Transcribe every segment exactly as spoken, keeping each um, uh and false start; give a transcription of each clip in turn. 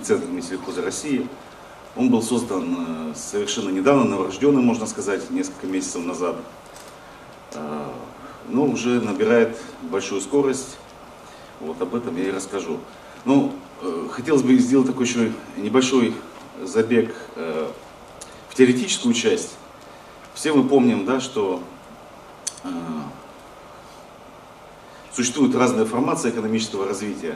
центр Минсельхоза России. Он был создан совершенно недавно, новорожденный, можно сказать, несколько месяцев назад. Но уже набирает большую скорость. Вот об этом я и расскажу. Ну, хотелось бы сделать такой еще небольшой забег в теоретическую часть. Все мы помним, да, что существует разная формация экономического развития.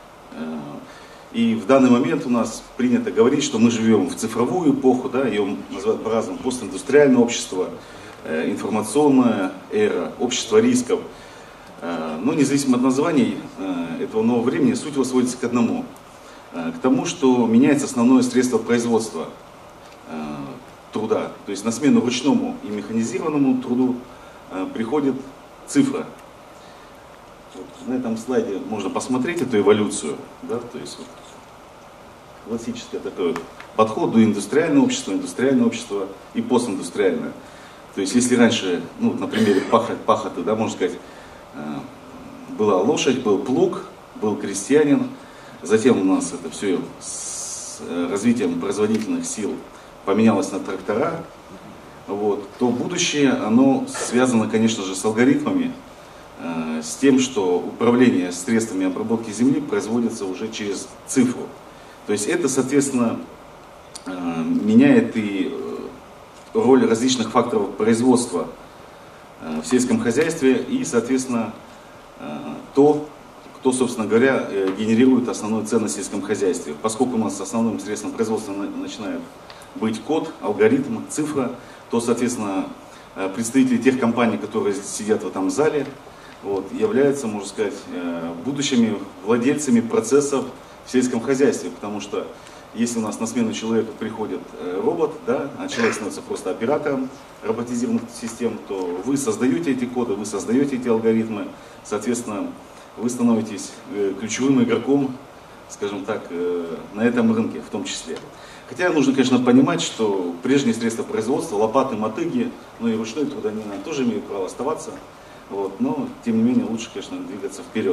И в данный момент у нас принято говорить, что мы живем в цифровую эпоху, да, ее называют по-разному: постиндустриальное общество, информационная эра, общество рисков. Но независимо от названий этого нового времени, суть его сводится к одному. К тому, что меняется основное средство производства труда. То есть на смену ручному и механизированному труду приходит цифра. Вот на этом слайде можно посмотреть эту эволюцию. Да? То есть вот классический такой подход до индустриального общества, индустриальное общество и постиндустриальное. То есть если раньше, ну, на примере пахот, пахоты, да, можно сказать, была лошадь, был плуг, был крестьянин, затем у нас это все с развитием производительных сил поменялось на трактора, вот, то будущее, оно связано, конечно же, с алгоритмами, э, с тем, что управление средствами обработки земли производится уже через цифру. То есть это, соответственно, э, меняет и роль различных факторов производства э, в сельском хозяйстве и, соответственно, э, то, кто, собственно говоря, э, генерирует основную ценность в сельском хозяйстве. Поскольку у нас основным средством производства на, начинает быть код, алгоритм, цифра, то, соответственно, представители тех компаний, которые сидят в этом зале, вот, являются, можно сказать, будущими владельцами процессов в сельском хозяйстве. Потому что если у нас на смену человеку приходит робот, да, а человек становится просто оператором роботизированных систем, то вы создаете эти коды, вы создаете эти алгоритмы, соответственно, вы становитесь ключевым игроком, скажем так, на этом рынке в том числе. Хотя нужно, конечно, понимать, что прежние средства производства, лопаты, мотыги, ну и ручной труд, они тоже имеют право оставаться. Вот, но, тем не менее, лучше, конечно, двигаться вперед.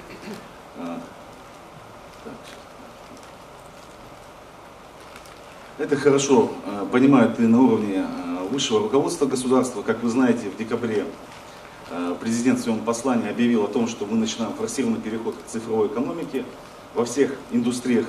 Это хорошо понимают и на уровне высшего руководства государства. Как вы знаете, в декабре президент в своем послании объявил о том, что мы начинаем форсированный переход к цифровой экономике во всех индустриях.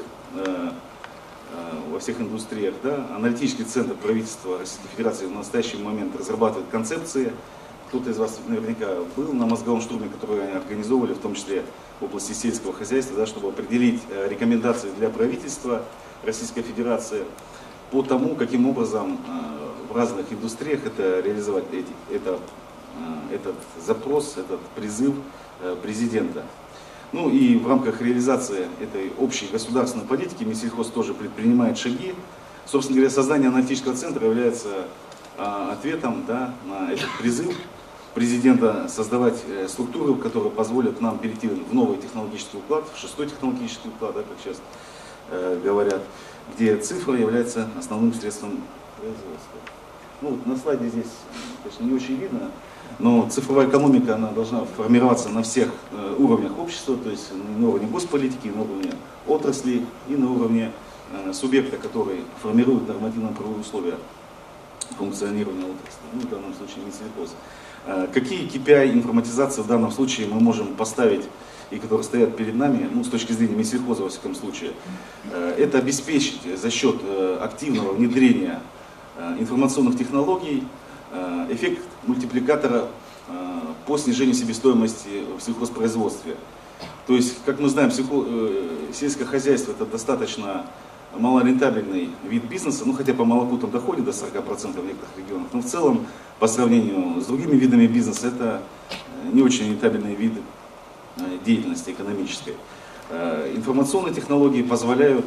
Во всех индустриях, да, аналитический центр правительства Российской Федерации в настоящий момент разрабатывает концепции. Кто-то из вас наверняка был на мозговом штурме, который они организовывали, в том числе в области сельского хозяйства, да, чтобы определить рекомендации для правительства Российской Федерации по тому, каким образом в разных индустриях это реализовать, эти, это, этот запрос, этот призыв президента. Ну и в рамках реализации этой общей государственной политики Минсельхоз тоже предпринимает шаги. Собственно говоря, создание аналитического центра является а, ответом, да, на этот призыв президента создавать э, структуры, которые позволят нам перейти в новый технологический уклад, в шестой технологический уклад, да, как сейчас э, говорят, где цифра является основным средством производства. Ну, вот на слайде здесь, конечно, не очень видно. Но цифровая экономика, она должна формироваться на всех э, уровнях общества, то есть на уровне госполитики, на уровне отрасли и на уровне э, субъекта, который формирует нормативно-правовые условия функционирования отрасли, ну, в данном случае Минсельхоз. Э, какие кей пи ай информатизации в данном случае мы можем поставить и которые стоят перед нами, ну, с точки зрения Минсельхоза, во всяком случае, э, это обеспечить за счет э, активного внедрения э, информационных технологий эффект мультипликатора по снижению себестоимости в сельхозпроизводстве. То есть, как мы знаем, сельское хозяйство — это достаточно малорентабельный вид бизнеса, ну хотя по молоку там доходит до сорока процентов в некоторых регионах, но в целом, по сравнению с другими видами бизнеса, это не очень рентабельные виды деятельности экономической. Информационные технологии позволяют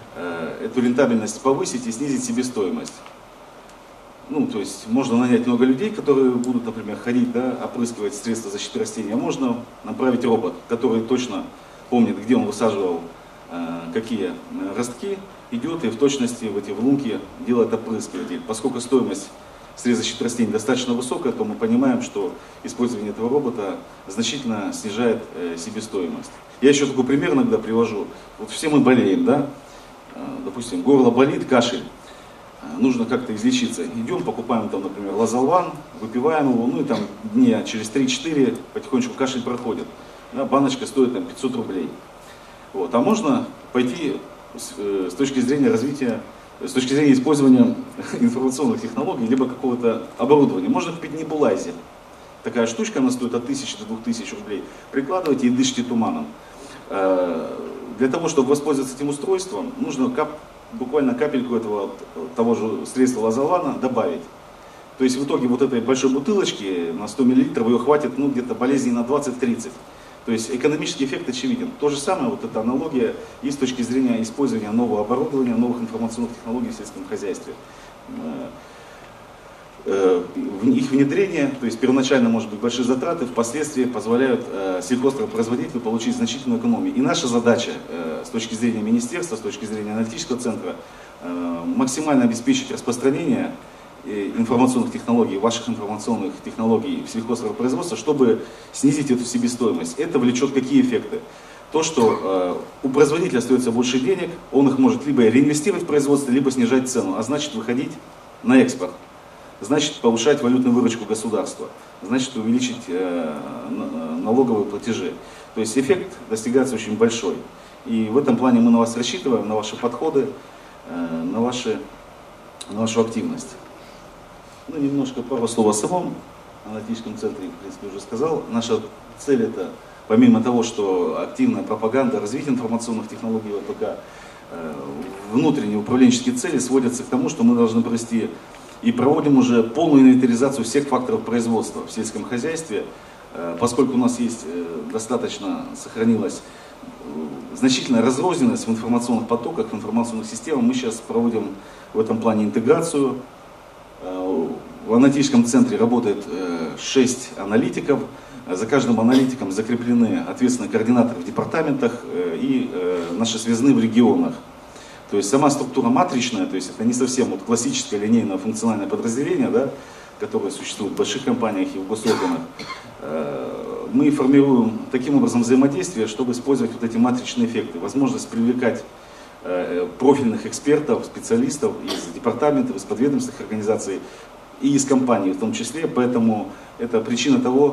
эту рентабельность повысить и снизить себестоимость. Ну, то есть можно нанять много людей, которые будут, например, ходить, да, опрыскивать средства защиты растений, а можно направить робот, который точно помнит, где он высаживал э, какие ростки, идет и в точности в эти лунки делает опрыскиватель. Поскольку стоимость средств защиты растений достаточно высокая, то мы понимаем, что использование этого робота значительно снижает э, себестоимость. Я еще такой пример иногда привожу. Вот все мы болеем, да? допустим, горло болит, кашель, нужно как-то излечиться. Идем, покупаем там, например, лазолван, выпиваем его, ну и там дня через три-четыре потихонечку кашель проходит. Да, баночка стоит там пятьсот рублей. Вот. А можно пойти с, с точки зрения развития, с точки зрения использования информационных технологий, либо какого-то оборудования. Можно купить небулайзер. Такая штучка, она стоит от тысячи до двух тысяч рублей. Прикладывайте и дышите туманом. Для того, чтобы воспользоваться этим устройством, нужно кап, буквально капельку этого того же средства лазолвана добавить. То есть в итоге вот этой большой бутылочки на сто миллилитров ее хватит, ну, где-то болезней на двадцать-тридцать. То есть экономический эффект очевиден. То же самое, вот эта аналогия и с точки зрения использования нового оборудования, новых информационных технологий в сельском хозяйстве. Их внедрение, то есть первоначально может быть большие затраты, впоследствии позволяют сельхозтоваропроизводителю получить значительную экономию. И наша задача с точки зрения министерства, с точки зрения аналитического центра, максимально обеспечить распространение информационных технологий, ваших информационных технологий в сельхозтоваропроизводстве, чтобы снизить эту себестоимость. Это влечет какие эффекты? То, что у производителя остается больше денег, он их может либо реинвестировать в производство, либо снижать цену, а значит выходить на экспорт. Значит повышать валютную выручку государства, значит увеличить э, налоговые платежи. То есть эффект достигается очень большой. И в этом плане мы на вас рассчитываем, на ваши подходы, э, на, ваши, на вашу активность. Ну, немножко пару слов о самом аналитическом центре, в принципе, уже сказал. Наша цель это, помимо того, что активная пропаганда, развитие информационных технологий ВПК, э, внутренние управленческие цели сводятся к тому, что мы должны провести и проводим уже полную инвентаризацию всех факторов производства в сельском хозяйстве, поскольку у нас есть достаточно, сохранилась значительная разрозненность в информационных потоках, в информационных системах. Мы сейчас проводим в этом плане интеграцию. В аналитическом центре работает шесть аналитиков. За каждым аналитиком закреплены ответственные координаторы в департаментах и наши связные в регионах. То есть сама структура матричная, то есть это не совсем вот классическое линейное функциональное подразделение, да, которое существует в больших компаниях и в госорганах. Мы формируем таким образом взаимодействие, чтобы использовать вот эти матричные эффекты. Возможность привлекать профильных экспертов, специалистов из департаментов, из подведомственных организаций и из компаний в том числе. Поэтому это причина того,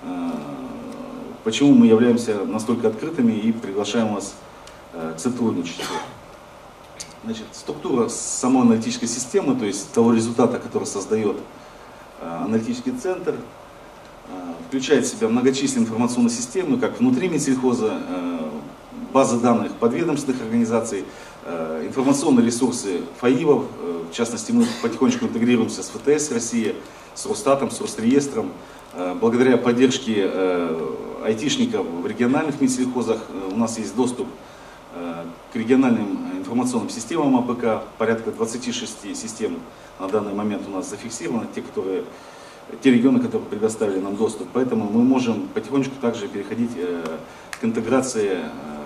почему мы являемся настолько открытыми и приглашаем вас к сотрудничеству. Значит, структура самой аналитической системы, то есть того результата, который создает э, аналитический центр, э, включает в себя многочисленные информационные системы, как внутри Минсельхоза, э, базы данных подведомственных организаций, э, информационные ресурсы ФАИВов, э, в частности мы потихонечку интегрируемся с ФТС России, с Росстатом, с Росреестром. Э, благодаря поддержке э, айтишников в региональных Минсельхозах э, у нас есть доступ к региональным информационным системам АПК, порядка двадцати шести систем на данный момент у нас зафиксировано, те, которые, те регионы, которые предоставили нам доступ. Поэтому мы можем потихонечку также переходить к интеграции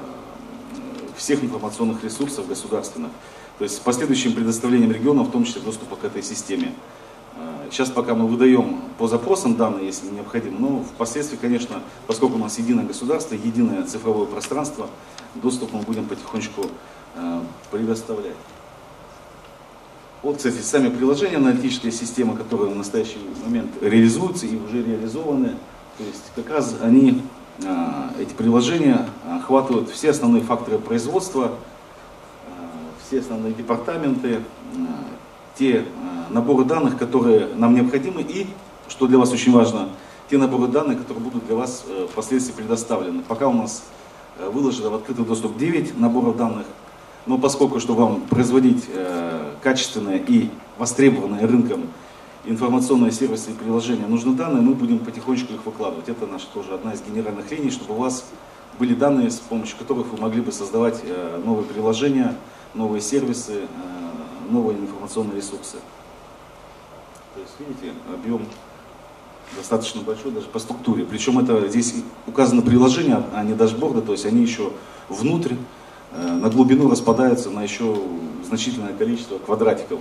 всех информационных ресурсов государственных, то есть с последующим предоставлением регионов, в том числе доступа к этой системе. Сейчас пока мы выдаем по запросам данные, если необходимо, но впоследствии, конечно, поскольку у нас единое государство, единое цифровое пространство, доступ мы будем потихонечку э, предоставлять. Вот, кстати, сами приложения аналитической системы, которые в настоящий момент реализуются и уже реализованы, то есть как раз они, э, эти приложения охватывают все основные факторы производства, э, все основные департаменты, э, те э, наборы данных, которые нам необходимы и, что для вас очень важно, те наборы данных, которые будут для вас э, впоследствии предоставлены. Пока у нас выложено в открытый доступ девять наборов данных, но поскольку, чтобы вам производить э, качественные и востребованные рынком информационные сервисы и приложения нужны данные, мы будем потихонечку их выкладывать. Это наша тоже одна из генеральных линий, чтобы у вас были данные, с помощью которых вы могли бы создавать э, новые приложения, новые сервисы, э, новые информационные ресурсы. То есть, видите, объем достаточно большой даже по структуре. Причем это здесь указано приложение, а не дашборды, то есть они еще внутрь, э, на глубину распадаются на еще значительное количество квадратиков.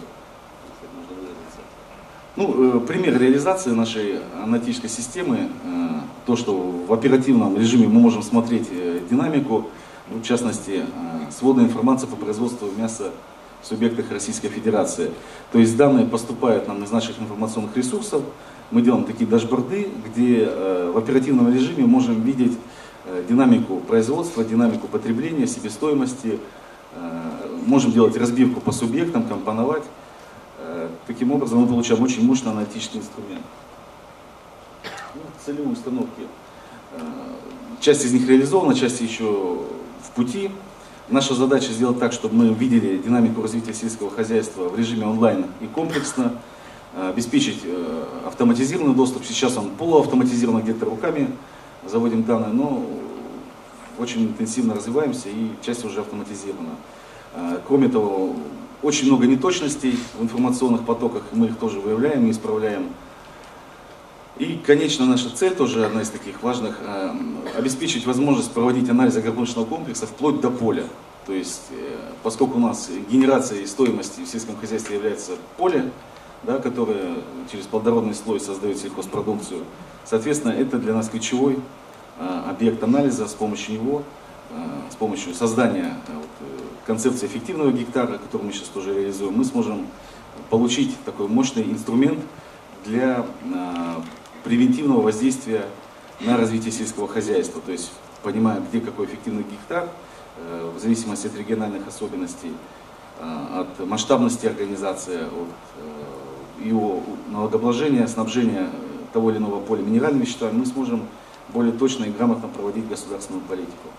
Ну, э, пример реализации нашей аналитической системы, э, то, что в оперативном режиме мы можем смотреть э, динамику, в частности, э, сводная информация по производству мяса в субъектах Российской Федерации. То есть данные поступают нам из наших информационных ресурсов, мы делаем такие дашборды, где в оперативном режиме можем видеть динамику производства, динамику потребления, себестоимости, можем делать разбивку по субъектам, компоновать. Таким образом мы получаем очень мощный аналитический инструмент. Ну, целевые установки. Часть из них реализована, часть еще в пути. Наша задача сделать так, чтобы мы видели динамику развития сельского хозяйства в режиме онлайн и комплексно, обеспечить автоматизированный доступ. Сейчас он полуавтоматизирован, где-то руками заводим данные, но очень интенсивно развиваемся и часть уже автоматизирована. Кроме того, очень много неточностей в информационных потоках, мы их тоже выявляем и исправляем. И, конечно, наша цель, тоже одна из таких важных, обеспечить возможность проводить анализ агропромышленного комплекса вплоть до поля. То есть, поскольку у нас генерацией стоимости в сельском хозяйстве является поле, да, которое через плодородный слой создает сельхозпродукцию, соответственно, это для нас ключевой объект анализа. С помощью него, с помощью создания вот, концепции эффективного гектара, которую мы сейчас тоже реализуем, мы сможем получить такой мощный инструмент для превентивного воздействия на развитие сельского хозяйства, то есть понимая, где какой эффективный гектар, в зависимости от региональных особенностей, от масштабности организации, от его налогообложения, снабжения того или иного поля минеральными веществами, мы сможем более точно и грамотно проводить государственную политику.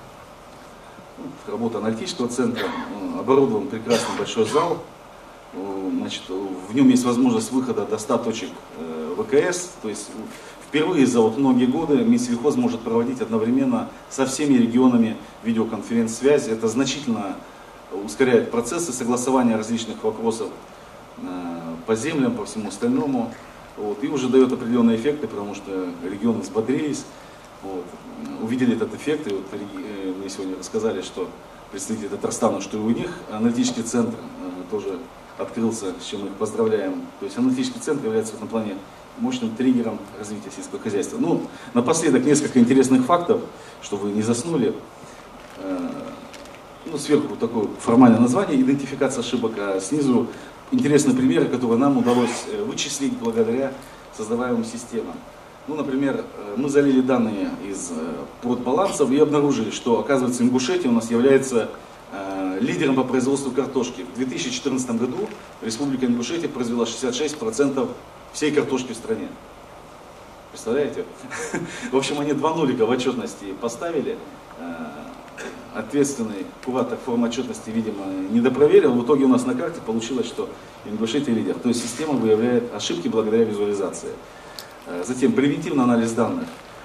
Работа аналитического центра, оборудован прекрасный большой зал. Значит, в нем есть возможность выхода до ста точек ВКС, то есть впервые за вот многие годы Минсельхоз может проводить одновременно со всеми регионами видеоконференц-связь. Это значительно ускоряет процессы согласования различных вопросов по землям, по всему остальному. Вот, и уже дает определенные эффекты, потому что регионы взбодрились, вот, увидели этот эффект. И вот мне сегодня рассказали, что представители Татарстана, что и у них аналитический центр тоже открылся, с чем мы их поздравляем. То есть аналитический центр является в этом плане мощным триггером развития сельского хозяйства. Ну, напоследок несколько интересных фактов, чтобы вы не заснули. Ну, сверху такое формальное название, идентификация ошибок, а снизу интересные примеры, которые нам удалось вычислить благодаря создаваемым системам. Ну, например, мы залили данные из продбалансов и обнаружили, что, оказывается, Ингушетия у нас является лидером по производству картошки. В две тысячи четырнадцатом году Республика Ингушетия произвела шестьдесят шесть процентов всей картошки в стране. Представляете? В общем, они два нулика в отчетности поставили. Ответственный куратор формы отчетности, видимо, не допроверил. В итоге у нас на карте получилось, что Ингушетия лидер. То есть система выявляет ошибки благодаря визуализации. Затем превентивный анализ данных.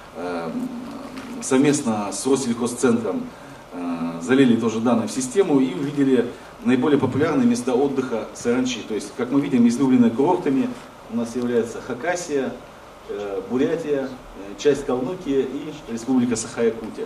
Совместно с Россельхозцентром залили тоже данные в систему и увидели наиболее популярные места отдыха саранчи. То есть, как мы видим, излюбленными курортами у нас являются Хакасия, Бурятия, часть Калмыкии и Республика Саха-Якутия.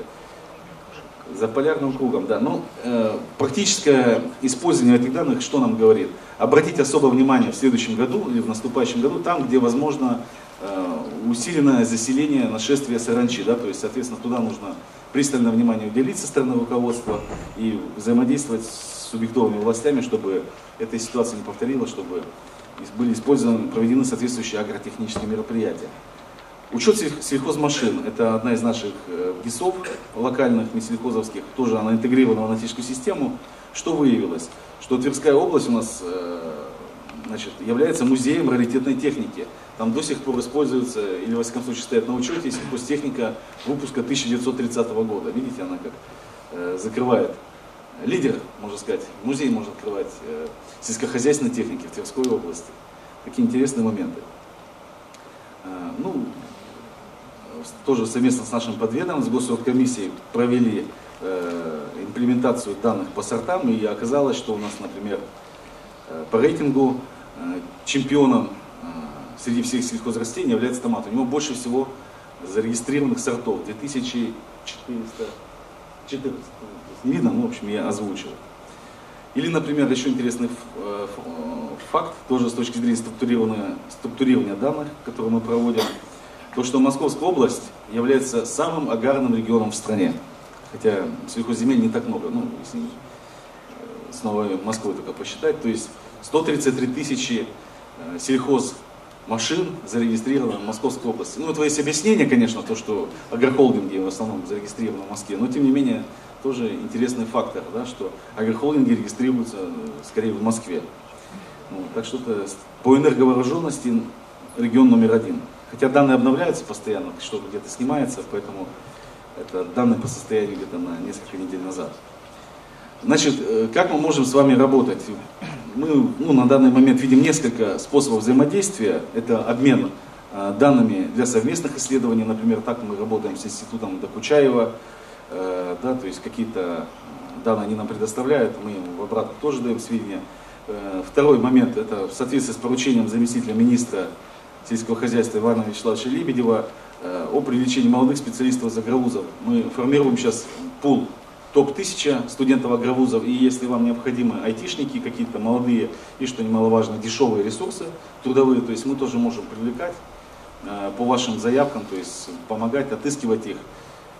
За полярным кругом, да. Но э, практическое использование этих данных что нам говорит? Обратить особое внимание в следующем году или в наступающем году там, где возможно э, усиленное заселение, нашествие саранчи, да, то есть, соответственно, туда нужно пристальное внимание уделить со стороны руководства и взаимодействовать с субъектовыми властями, чтобы эта ситуация не повторилась, чтобы были использованы, проведены соответствующие агротехнические мероприятия. Учет сельхозмашин – это одна из наших ГИСов локальных, минсельхозовских, тоже она интегрирована в аналитическую систему. Что выявилось? Что Тверская область у нас значит, является музеем раритетной техники. Там до сих пор используется, или во всяком случае стоит на учете, сельхозтехника выпуска тысяча девятьсот тридцатого года. Видите, она как э, закрывает. Лидер, можно сказать, музей может открывать э, сельскохозяйственной техники в Тверской области. Такие интересные моменты. Э, ну, тоже совместно с нашим подведомством, с Госоргкомиссией провели э, имплементацию данных по сортам, и оказалось, что у нас, например, э, по рейтингу э, чемпионом э, среди всех сельхозрастений является томат. У него больше всего зарегистрированных сортов, две тысячи четыреста четырнадцать. Не видно, но в общем я озвучил. Или, например, еще интересный э, факт, тоже с точки зрения структурирования, структурирования данных, которые мы проводим. То, что Московская область является самым аграрным регионом в стране. хотя сельхозземель не так много, ну, если с Новой Москвой только посчитать, то есть сто тридцать три тысячи сельхозмашин зарегистрировано в Московской области. Ну, это есть объяснение, конечно, то, что агрохолдинги в основном зарегистрированы в Москве, но тем не менее тоже интересный фактор, да, что агрохолдинги регистрируются скорее в Москве. Ну, так что это по энерговооруженности регион номер один. Хотя данные обновляются постоянно, что-то где-то снимается, поэтому это данные по состоянию где-то на несколько недель назад. Значит, как мы можем с вами работать? Мы ну, на данный момент видим несколько способов взаимодействия. Это обмен э, данными для совместных исследований. Например, так мы работаем с институтом Докучаева. Э, да, то есть какие-то данные они нам предоставляют, мы им в обратно тоже даем сведения. Э, второй момент, это в соответствии с поручением заместителя министра сельского хозяйства Ивана Вячеславовича Лебедева э, о привлечении молодых специалистов из агровузов. Мы формируем сейчас пул топ тысяча студентов агровузов, и если вам необходимы айтишники какие-то молодые и, что немаловажно, дешевые ресурсы трудовые, то есть мы тоже можем привлекать э, по вашим заявкам, то есть помогать, отыскивать их,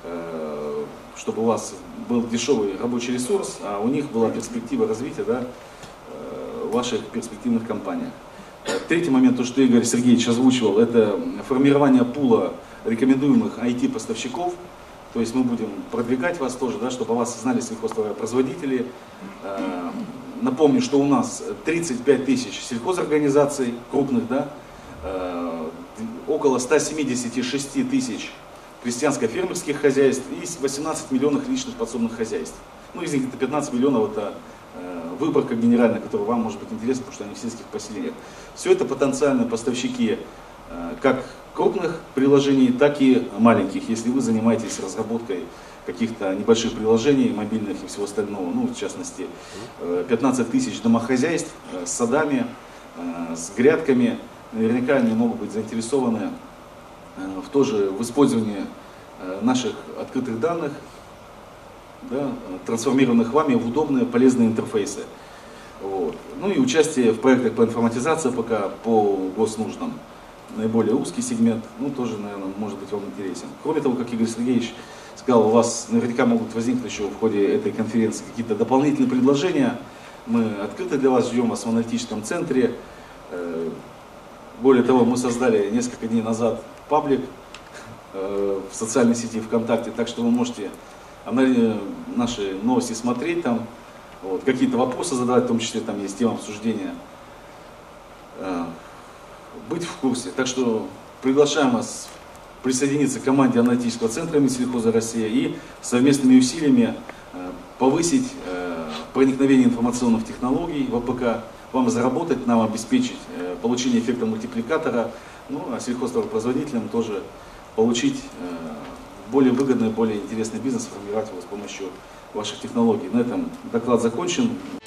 э, чтобы у вас был дешевый рабочий ресурс, а у них была перспектива развития, да, э, в ваших перспективных компаниях. Третий момент, то, что Игорь Сергеевич озвучивал, это формирование пула рекомендуемых ай ти-поставщиков. То есть мы будем продвигать вас тоже, да, чтобы о вас знали сельхозтоваропроизводители. Э, напомню, что у нас тридцать пять тысяч сельхозорганизаций крупных, да, э, около ста семидесяти шести тысяч крестьянско-фермерских хозяйств и восемнадцать миллионов личных подсобных хозяйств. Ну, из них где-то пятнадцать миллионов это э, выборка генеральная, которая вам может быть интересна, потому что они в сельских поселениях. Все это потенциальные поставщики э, как крупных приложений, так и маленьких, если вы занимаетесь разработкой каких-то небольших приложений, мобильных и всего остального. Ну, в частности, пятнадцать тысяч домохозяйств с садами, с грядками. Наверняка они могут быть заинтересованы в тоже в использовании наших открытых данных, да, трансформированных вами в удобные, полезные интерфейсы. Вот. Ну и участие в проектах по информатизации пока по госнуждам. Наиболее узкий сегмент, ну, тоже, наверное, может быть вам интересен. Кроме того, как Игорь Сергеевич сказал, у вас наверняка могут возникнуть еще в ходе этой конференции какие-то дополнительные предложения. Мы открыто для вас ждем вас в аналитическом центре. Более того, мы создали несколько дней назад паблик в социальной сети ВКонтакте, так что вы можете наши новости смотреть там, вот, какие-то вопросы задавать, в том числе там есть тема обсуждения. Быть в курсе. Так что приглашаем вас присоединиться к команде аналитического центра Минсельхоза России и совместными усилиями повысить проникновение информационных технологий в а пэ ка, вам заработать, нам обеспечить получение эффекта мультипликатора, ну а сельхозтоваропроизводителям тоже получить более выгодный, более интересный бизнес, формировать его с помощью ваших технологий. На этом доклад закончен.